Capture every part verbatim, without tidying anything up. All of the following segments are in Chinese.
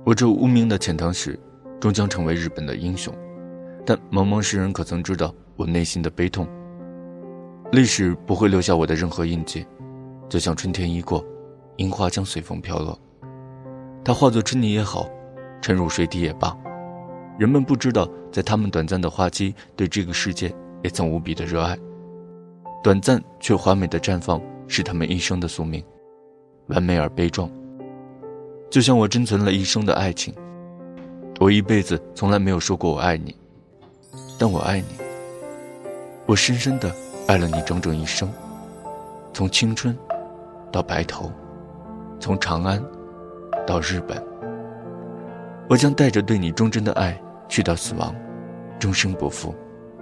我这无名的遣唐使终将成为日本的英雄，但茫茫世人可曾知道我内心的悲痛？历史不会留下我的任何印记，就像春天一过，樱花将随风飘落，它化作汁泥也好，沉入水底也罢，人们不知道，在他们短暂的花期，对这个世界也曾无比的热爱。短暂却华美的绽放是他们一生的宿命，完美而悲壮。就像我珍存了一生的爱情，我一辈子从来没有说过我爱你，但我爱你，我深深地爱了你整整一生，从青春到白头，从长安到日本。我将带着对你忠贞的爱去到死亡，终生不负。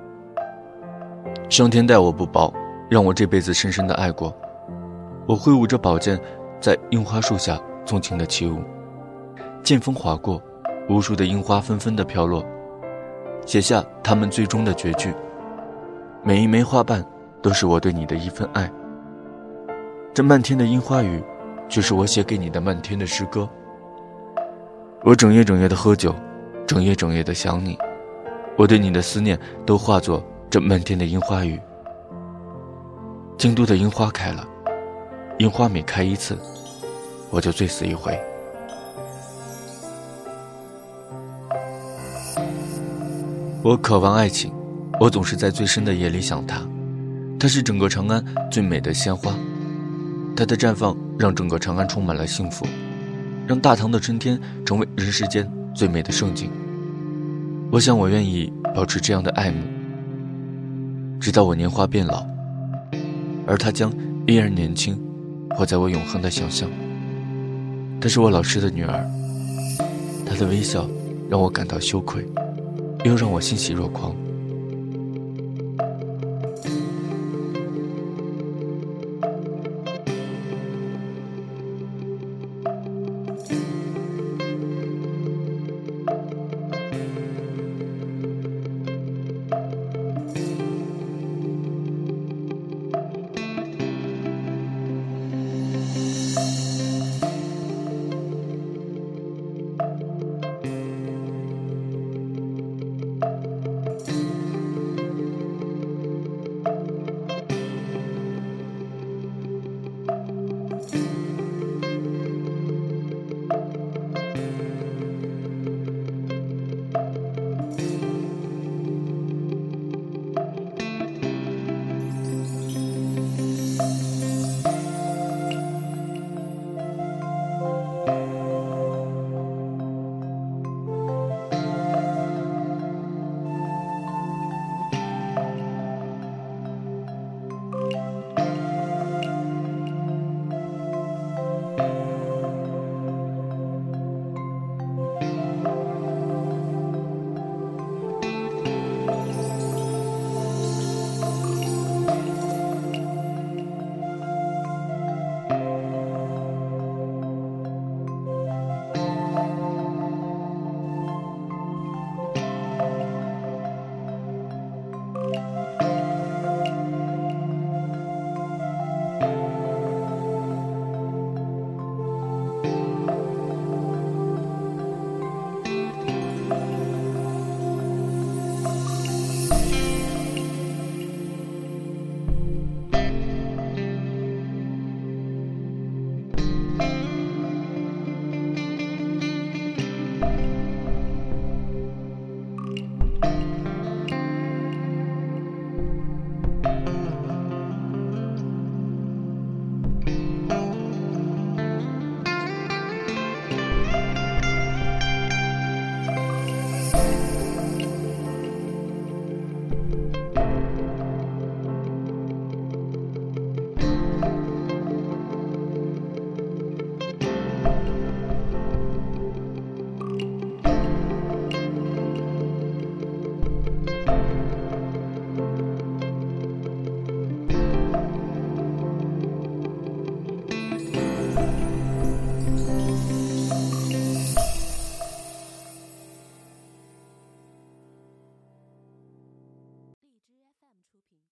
上天待我不薄，让我这辈子深深的爱过。我挥舞着宝剑，在樱花树下纵情的起舞，剑锋划过，无数的樱花纷纷的飘落，写下他们最终的绝句。每一枚花瓣都是我对你的一份爱，这漫天的樱花雨，却是我写给你的漫天的诗歌。我整夜整夜的喝酒，整夜整夜的想你，我对你的思念都化作这漫天的樱花雨。京都的樱花开了，樱花每开一次，我就醉死一回。我渴望爱情，我总是在最深的夜里想它，它是整个长安最美的鲜花，它的绽放让整个长安充满了幸福，让大唐的春天成为人世间最美的盛景。我想我愿意保持这样的爱慕，直到我年华变老，而她将依然年轻，活在我永恒的想象。她是我老师的女儿，她的微笑让我感到羞愧，又让我欣喜若狂。